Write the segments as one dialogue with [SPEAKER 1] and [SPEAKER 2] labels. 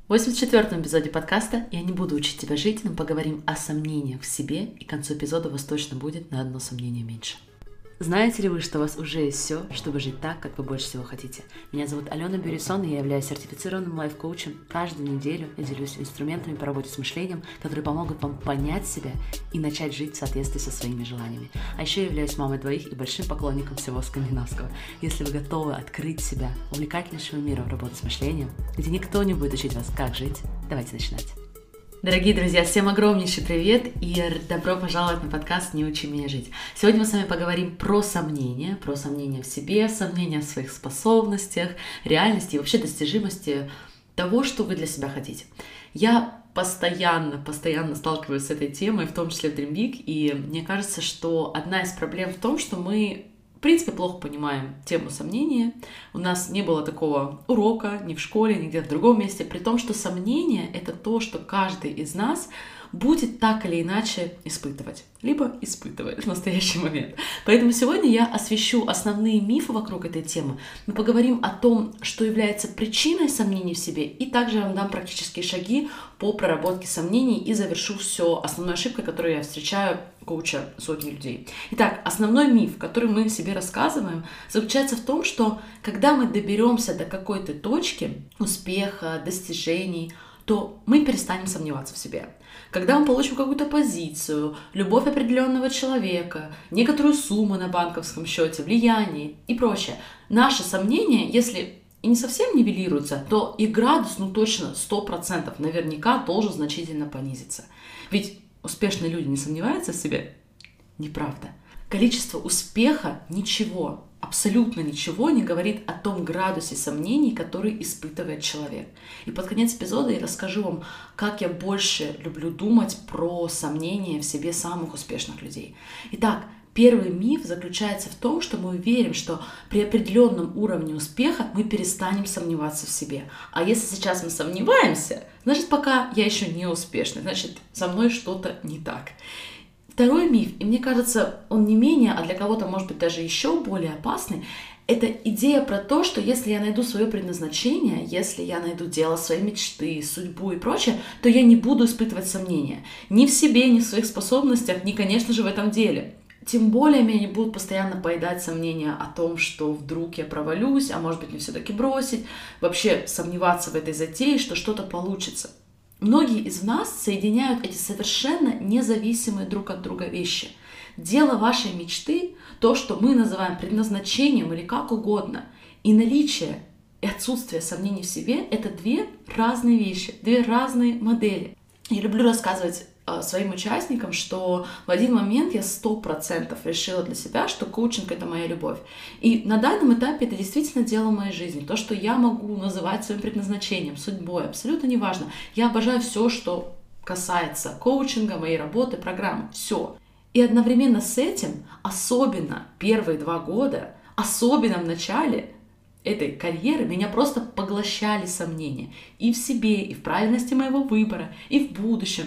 [SPEAKER 1] В 84-м эпизоде подкаста «Я не буду учить тебя жить», но поговорим о сомнениях в себе, и к концу эпизода у вас точно будет на одно сомнение меньше. Знаете ли вы, что у вас уже есть все, чтобы жить так, как вы больше всего хотите? Меня зовут Алена Бюрисон, и я являюсь сертифицированным лайф-коучем. Каждую неделю я делюсь инструментами по работе с мышлением, которые помогут вам понять себя и начать жить в соответствии со своими желаниями. А еще я являюсь мамой двоих и большим поклонником всего скандинавского. Если вы готовы открыть себя увлекательнейшему миру работы с мышлением, где никто не будет учить вас, как жить, давайте начинать. Дорогие друзья, всем огромнейший привет и добро пожаловать на подкаст «Не учи меня жить». Сегодня мы с вами поговорим про сомнения в себе, сомнения в своих способностях, реальности и вообще достижимости того, что вы для себя хотите. Я постоянно сталкиваюсь с этой темой, в том числе в Dream Big, и мне кажется, что одна из проблем в том, что мы в принципе, плохо понимаем тему сомнения. У нас не было такого урока ни в школе, ни где-то в другом месте, при том, что сомнение — это то, что каждый из нас будет так или иначе испытывать, либо испытывает в настоящий момент. Поэтому сегодня я освещу основные мифы вокруг этой темы. Мы поговорим о том, что является причиной сомнений в себе, и также я вам дам практические шаги по проработке сомнений и завершу все основной ошибкой, которую я встречаю, коуча сотни людей. Итак, основной миф, который мы себе рассказываем, заключается в том, что когда мы доберемся до какой-то точки успеха, достижений, то мы перестанем сомневаться в себе. Когда мы получим какую-то позицию, любовь определенного человека, некоторую сумму на банковском счете, влияние и прочее, наши сомнения, если и не совсем нивелируются, то их градус, точно 100% наверняка должен значительно понизиться. Ведь успешные люди не сомневаются в себе? Неправда. Количество успеха ничего, абсолютно ничего не говорит о том градусе сомнений, который испытывает человек. И под конец эпизода я расскажу вам, как я больше люблю думать про сомнения в себе самых успешных людей. Итак, первый миф заключается в том, что мы верим, что при определенном уровне успеха мы перестанем сомневаться в себе. А если сейчас мы сомневаемся, значит, пока я еще не успешный, значит, со мной что-то не так. Второй миф, и мне кажется, он не менее, а для кого-то, может быть, даже еще более опасный, это идея про то, что если я найду свое предназначение, если я найду дело своей мечты, судьбу и прочее, то я не буду испытывать сомнения ни в себе, ни в своих способностях, ни, конечно же, в этом деле. Тем более меня не будут постоянно поедать сомнения о том, что вдруг я провалюсь, а может быть, мне все-таки бросить, вообще сомневаться в этой затее, что что-то получится. Многие из нас соединяют эти совершенно независимые друг от друга вещи. Дело вашей мечты, то, что мы называем предназначением или как угодно, и наличие и отсутствие сомнений в себе — это две разные вещи, две разные модели. Я люблю рассказывать своим участникам, что в один момент я 100% решила для себя, что коучинг — это моя любовь. И на данном этапе это действительно дело моей жизни. То, что я могу называть своим предназначением, судьбой, абсолютно неважно. Я обожаю все, что касается коучинга, моей работы, программы, все. И одновременно с этим, особенно первые 2 года, особенно в начале этой карьеры, меня просто поглощали сомнения и в себе, и в правильности моего выбора, и в будущем.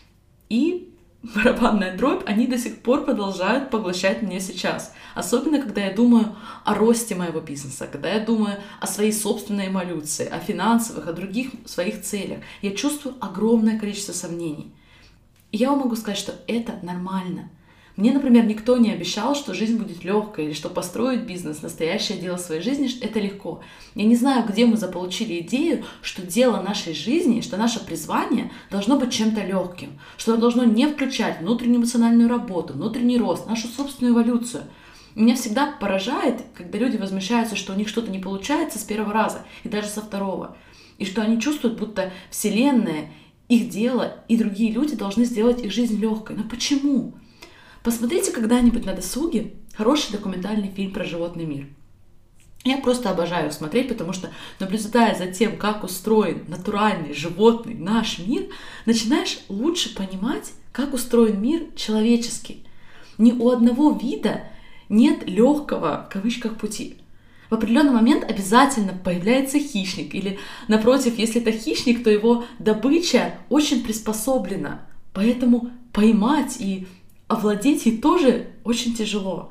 [SPEAKER 1] И барабанная дробь, они до сих пор продолжают поглощать меня сейчас. Особенно, когда я думаю о росте моего бизнеса, когда я думаю о своей собственной эволюции, о финансовых, о других своих целях. Я чувствую огромное количество сомнений. И я вам могу сказать, что это нормально. Мне, например, никто не обещал, что жизнь будет легкой, или что построить бизнес, настоящее дело своей жизни — это легко. Я не знаю, где мы заполучили идею, что дело нашей жизни, что наше призвание должно быть чем-то легким, что оно должно не включать внутреннюю эмоциональную работу, внутренний рост, нашу собственную эволюцию. Меня всегда поражает, когда люди возмущаются, что у них что-то не получается с первого раза, и даже со второго, и что они чувствуют, будто Вселенная, их дело и другие люди должны сделать их жизнь легкой. Но почему? Посмотрите когда-нибудь на досуге хороший документальный фильм про животный мир. Я просто обожаю его смотреть, потому что, наблюдая за тем, как устроен натуральный животный наш мир, начинаешь лучше понимать, как устроен мир человеческий. Ни у одного вида нет легкого, в кавычках, пути. В определенный момент обязательно появляется хищник, или, напротив, если это хищник, то его добыча очень приспособлена, поэтому поймать и овладеть ей тоже очень тяжело.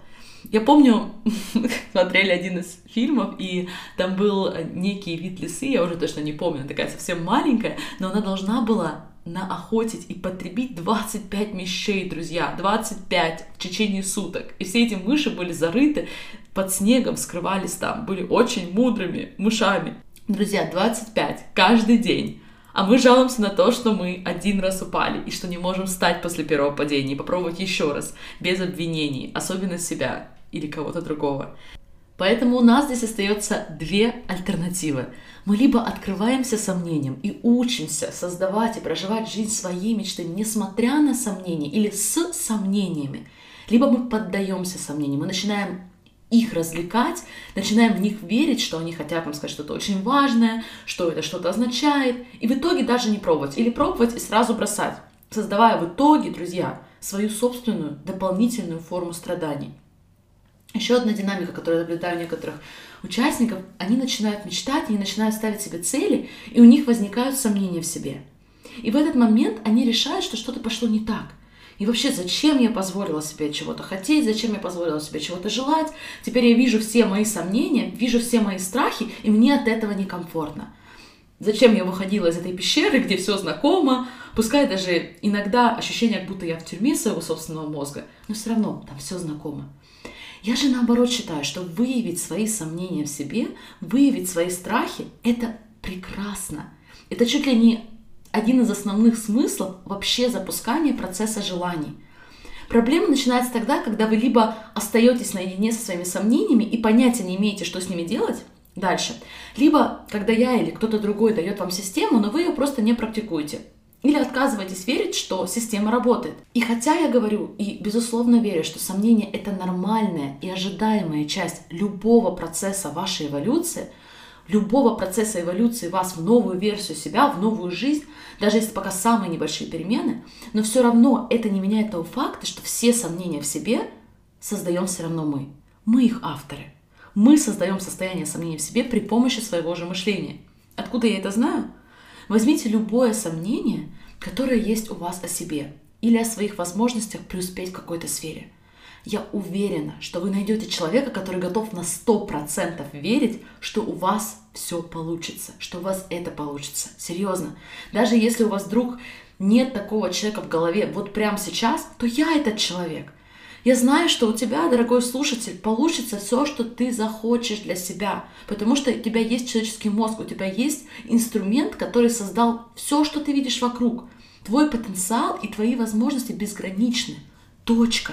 [SPEAKER 1] Я помню, смотрели один из фильмов, и там был некий вид лисы, я уже точно не помню, она такая совсем маленькая, но она должна была наохотить и потребить 25 мышей, друзья, 25 в течение суток. И все эти мыши были зарыты под снегом, скрывались там, были очень мудрыми мышами. Друзья, 25 каждый день. А мы жалуемся на то, что мы один раз упали, и что не можем встать после первого падения и попробовать еще раз, без обвинений, особенно себя или кого-то другого. Поэтому у нас здесь остается две альтернативы. Мы либо открываемся сомнениям и учимся создавать и проживать жизнь своей мечты, несмотря на сомнения или с сомнениями, либо мы поддаемся сомнениям, мы начинаем их развлекать, начинаем в них верить, что они хотят нам сказать что-то очень важное, что это что-то означает, и в итоге даже не пробовать, или пробовать и сразу бросать, создавая в итоге, друзья, свою собственную дополнительную форму страданий. Еще одна динамика, которую я наблюдаю у некоторых участников, они начинают мечтать, они начинают ставить себе цели, и у них возникают сомнения в себе. И в этот момент они решают, что что-то пошло не так. И вообще, зачем я позволила себе чего-то хотеть, зачем я позволила себе чего-то желать? Теперь я вижу все мои сомнения, вижу все мои страхи, и мне от этого некомфортно. Зачем я выходила из этой пещеры, где все знакомо, пускай даже иногда ощущение, как будто я в тюрьме своего собственного мозга, но все равно там все знакомо. Я же наоборот считаю, что выявить свои сомнения в себе, выявить свои страхи – это прекрасно. Это чуть ли не один из основных смыслов вообще запускания процесса желаний. Проблема начинается тогда, когда вы либо остаетесь наедине со своими сомнениями и понятия не имеете, что с ними делать дальше, либо когда я или кто-то другой дает вам систему, но вы ее просто не практикуете. Или отказываетесь верить, что система работает. И хотя я говорю и безусловно верю, что сомнение – это нормальная и ожидаемая часть любого процесса вашей эволюции, любого процесса эволюции вас в новую версию себя, в новую жизнь, даже если пока самые небольшие перемены, но все равно это не меняет того факта, что все сомнения в себе создаем все равно мы. Мы их авторы. Мы создаем состояние сомнений в себе при помощи своего же мышления. Откуда я это знаю? Возьмите любое сомнение, которое есть у вас о себе или о своих возможностях преуспеть в какой-то сфере. Я уверена, что вы найдете человека, который готов на 100% верить, что у вас все получится, что у вас это получится. Серьезно. Даже если у вас вдруг нет такого человека в голове вот прямо сейчас, то я этот человек. Я знаю, что у тебя, дорогой слушатель, получится все, что ты захочешь для себя, потому что у тебя есть человеческий мозг, у тебя есть инструмент, который создал все, что ты видишь вокруг. Твой потенциал и твои возможности безграничны. Точка.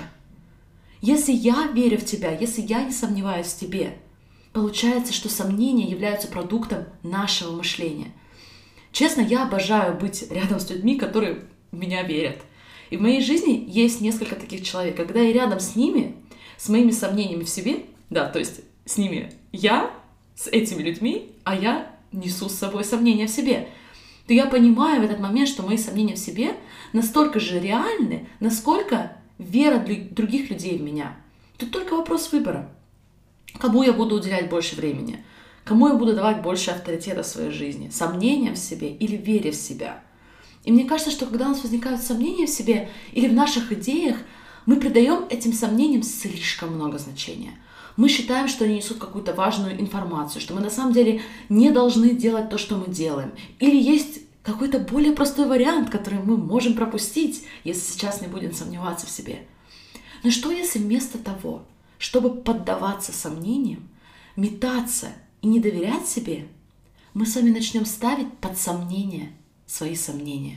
[SPEAKER 1] Если я верю в тебя, если я не сомневаюсь в тебе, получается, что сомнения являются продуктом нашего мышления. Честно, я обожаю быть рядом с людьми, которые в меня верят. И в моей жизни есть несколько таких человек. Когда я рядом с ними, с моими сомнениями в себе, да, то есть с ними я, с этими людьми, а я несу с собой сомнения в себе, то я понимаю в этот момент, что мои сомнения в себе настолько же реальны, насколько вера других людей в меня. Тут только вопрос выбора. Кому я буду уделять больше времени? Кому я буду давать больше авторитета в своей жизни? Сомнениям в себе или вере в себя? И мне кажется, что когда у нас возникают сомнения в себе или в наших идеях, мы придаем этим сомнениям слишком много значения. Мы считаем, что они несут какую-то важную информацию, что мы на самом деле не должны делать то, что мы делаем. Или есть какой-то более простой вариант, который мы можем пропустить, если сейчас не будем сомневаться в себе. Но что если вместо того, чтобы поддаваться сомнениям, метаться и не доверять себе, мы с вами начнем ставить под сомнение свои сомнения.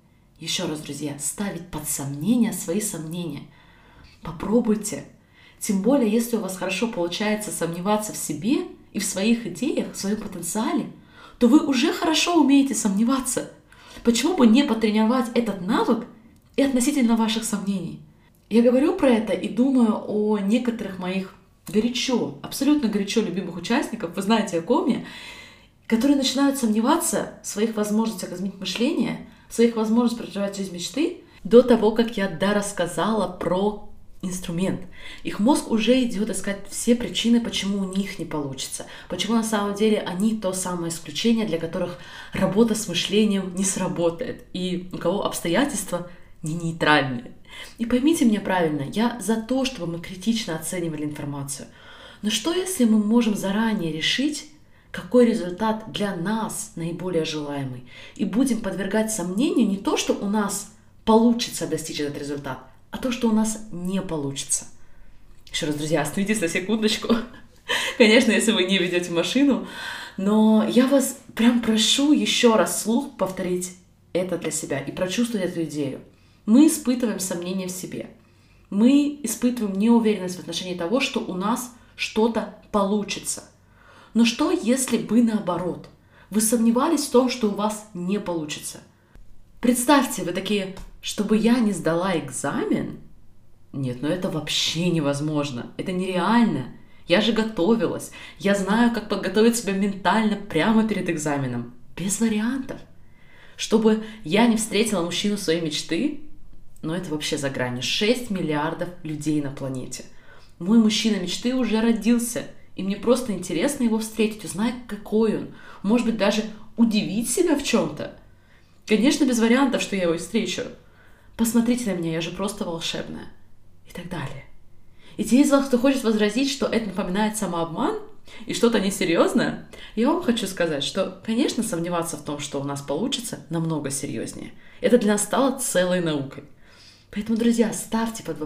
[SPEAKER 1] Еще раз, друзья, ставить под сомнение свои сомнения. Попробуйте. Тем более, если у вас хорошо получается сомневаться в себе и в своих идеях, в своем потенциале, то вы уже хорошо умеете сомневаться. Почему бы не потренировать этот навык и относительно ваших сомнений? Я говорю про это и думаю о некоторых моих горячо, абсолютно горячо любимых участников, вы знаете, о ком я, которые начинают сомневаться в своих возможностях изменить мышление, в своих возможностях проживать жизнь мечты до того, как я рассказала про инструмент. Их мозг уже идет искать все причины, почему у них не получится, почему на самом деле они то самое исключение, для которых работа с мышлением не сработает, и у кого обстоятельства не нейтральные. И поймите меня правильно, я за то, чтобы мы критично оценивали информацию. Но что, если мы можем заранее решить, какой результат для нас наиболее желаемый, и будем подвергать сомнению не то, что у нас получится достичь этот результат, а то, что у нас не получится. Еще раз, друзья, остановитесь на секундочку. Конечно, если вы не ведете машину, но я вас прям прошу еще раз вслух повторить это для себя и прочувствовать эту идею. Мы испытываем сомнения в себе. Мы испытываем неуверенность в отношении того, что у нас что-то получится. Но что, если бы наоборот? Вы сомневались в том, что у вас не получится? Представьте, вы такие, чтобы я не сдала экзамен? Нет, ну это вообще невозможно. Это нереально. Я же готовилась. Я знаю, как подготовить себя ментально прямо перед экзаменом. Без вариантов. Чтобы я не встретила мужчину своей мечты? Но это вообще за гранью. 6 миллиардов людей на планете. Мой мужчина мечты уже родился. И мне просто интересно его встретить, узнать, какой он. Может быть, даже удивить себя в чем-то. Конечно, без вариантов, что я его встречу. Посмотрите на меня, я же просто волшебная. И так далее. И те из вас, кто хочет возразить, что это напоминает самообман и что-то несерьезное, я вам хочу сказать, что, конечно, сомневаться в том, что у нас получится, намного серьезнее. Это для нас стало целой наукой. Поэтому, друзья, ставьте под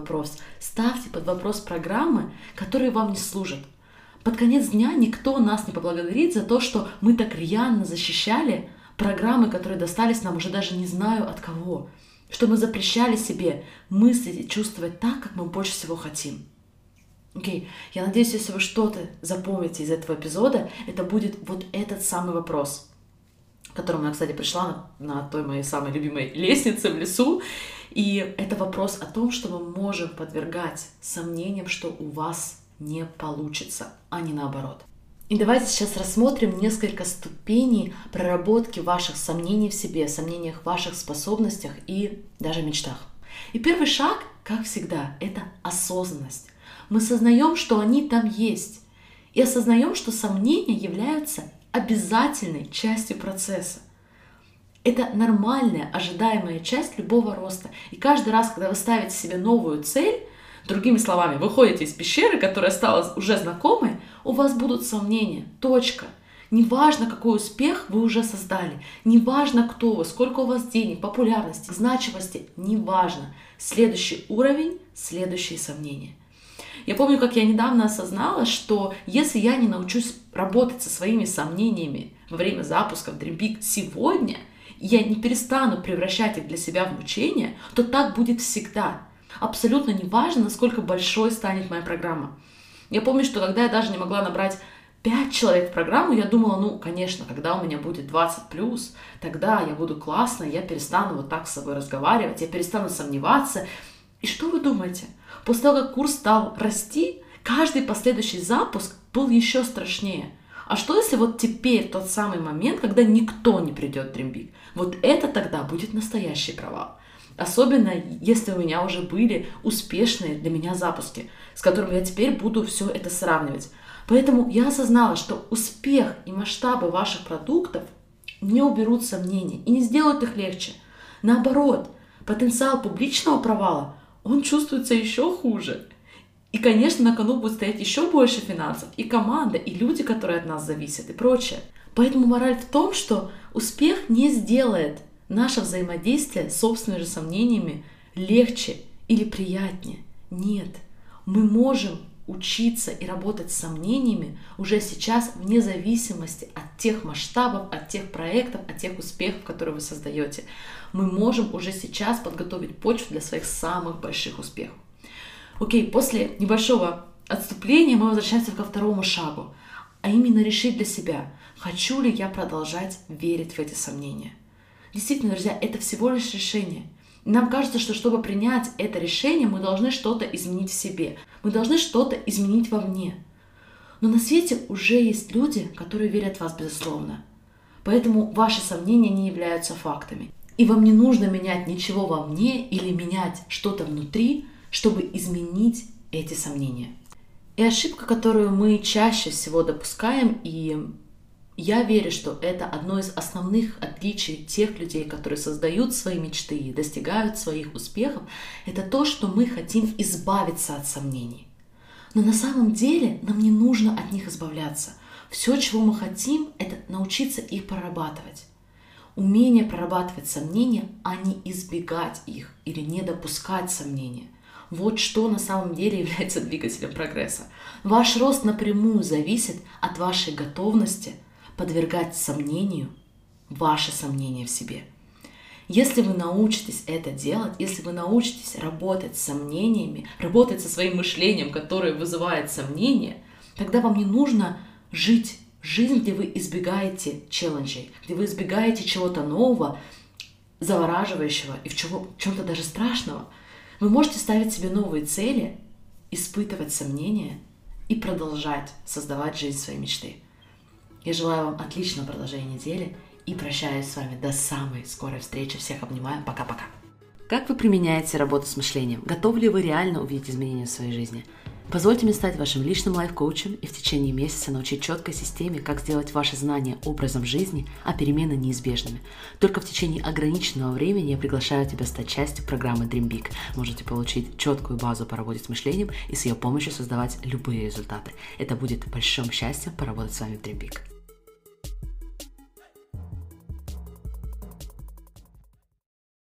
[SPEAKER 1] вопрос программы, которые вам не служат. Под конец дня никто нас не поблагодарит за то, что мы так рьяно защищали программы, которые достались нам уже даже не знаю от кого, что мы запрещали себе мыслить и чувствовать так, как мы больше всего хотим. Окей, я надеюсь, если вы что-то запомните из этого эпизода, это будет вот этот самый вопрос, к которому я, кстати, пришла на той моей самой любимой лестнице в лесу. И это вопрос о том, что мы можем подвергать сомнениям, что у вас не получится, а не наоборот. И давайте сейчас рассмотрим несколько ступеней проработки ваших сомнений в себе, сомнениях в ваших способностях и даже мечтах. И первый шаг, как всегда, это осознанность. Мы осознаем, что они там есть, и осознаем, что сомнения являются обязательной частью процесса. Это нормальная, ожидаемая часть любого роста. И каждый раз, когда вы ставите себе новую цель, другими словами, выходите из пещеры, которая стала уже знакомой, у вас будут сомнения. Точка. Неважно, какой успех вы уже создали, неважно, кто вы, сколько у вас денег, популярности, значимости, неважно. Следующий уровень, следующие сомнения. Я помню, как я недавно осознала, что если я не научусь работать со своими сомнениями во время запуска в Dream Big сегодня, я не перестану превращать их для себя в мучение, то так будет всегда. Абсолютно не важно, насколько большой станет моя программа. Я помню, что когда я даже не могла набрать 5 человек в программу, я думала, конечно, когда у меня будет 20+, тогда я буду классной, я перестану вот так с собой разговаривать, я перестану сомневаться. И что вы думаете? После того, как курс стал расти, каждый последующий запуск был еще страшнее. А что если вот теперь тот самый момент, когда никто не придет в Dream Big? Вот это тогда будет настоящий провал. Особенно, если у меня уже были успешные для меня запуски, с которыми я теперь буду все это сравнивать. Поэтому я осознала, что успех и масштабы ваших продуктов не уберут сомнений и не сделают их легче. Наоборот, потенциал публичного провала, он чувствуется еще хуже. И, конечно, на кону будет стоять еще больше финансов, и команда, и люди, которые от нас зависят, и прочее. Поэтому мораль в том, что успех не сделает наше взаимодействие с собственными же сомнениями легче или приятнее. Нет, мы можем учиться и работать с сомнениями уже сейчас вне зависимости от тех масштабов, от тех проектов, от тех успехов, которые вы создаете. Мы можем уже сейчас подготовить почву для своих самых больших успехов. Окей, после небольшого отступления мы возвращаемся ко второму шагу, а именно решить для себя, хочу ли я продолжать верить в эти сомнения. Действительно, друзья, это всего лишь решение. И нам кажется, что чтобы принять это решение, мы должны что-то изменить в себе. Мы должны что-то изменить вовне. Но на свете уже есть люди, которые верят в вас безусловно. Поэтому ваши сомнения не являются фактами. И вам не нужно менять ничего вовне или менять что-то внутри, чтобы изменить эти сомнения. И ошибка, которую мы чаще всего допускаем, и Я верю, что это одно из основных отличий тех людей, которые создают свои мечты и достигают своих успехов, это то, что мы хотим избавиться от сомнений. Но на самом деле нам не нужно от них избавляться. Все, чего мы хотим, это научиться их прорабатывать. Умение прорабатывать сомнения, а не избегать их или не допускать сомнения. Вот что на самом деле является двигателем прогресса. Ваш рост напрямую зависит от вашей готовности подвергать сомнению ваши сомнения в себе. Если вы научитесь это делать, если вы научитесь работать с сомнениями, работать со своим мышлением, которое вызывает сомнения, тогда вам не нужно жить жизнь, где вы избегаете челленджей, где вы избегаете чего-то нового, завораживающего и в чем-то даже страшного. Вы можете ставить себе новые цели, испытывать сомнения и продолжать создавать жизнь своей мечты. Я желаю вам отличного продолжения недели и прощаюсь с вами до самой скорой встречи. Всех обнимаю. Пока-пока. Как вы применяете работу с мышлением? Готовы ли вы реально увидеть изменения в своей жизни? Позвольте мне стать вашим личным лайф-коучем и в течение месяца научить четкой системе, как сделать ваши знания образом жизни, а перемены неизбежными. Только в течение ограниченного времени я приглашаю тебя стать частью программы Dream Big. Можете получить четкую базу по работе с мышлением и с ее помощью создавать любые результаты. Это будет большим счастьем поработать с вами в Dream Big.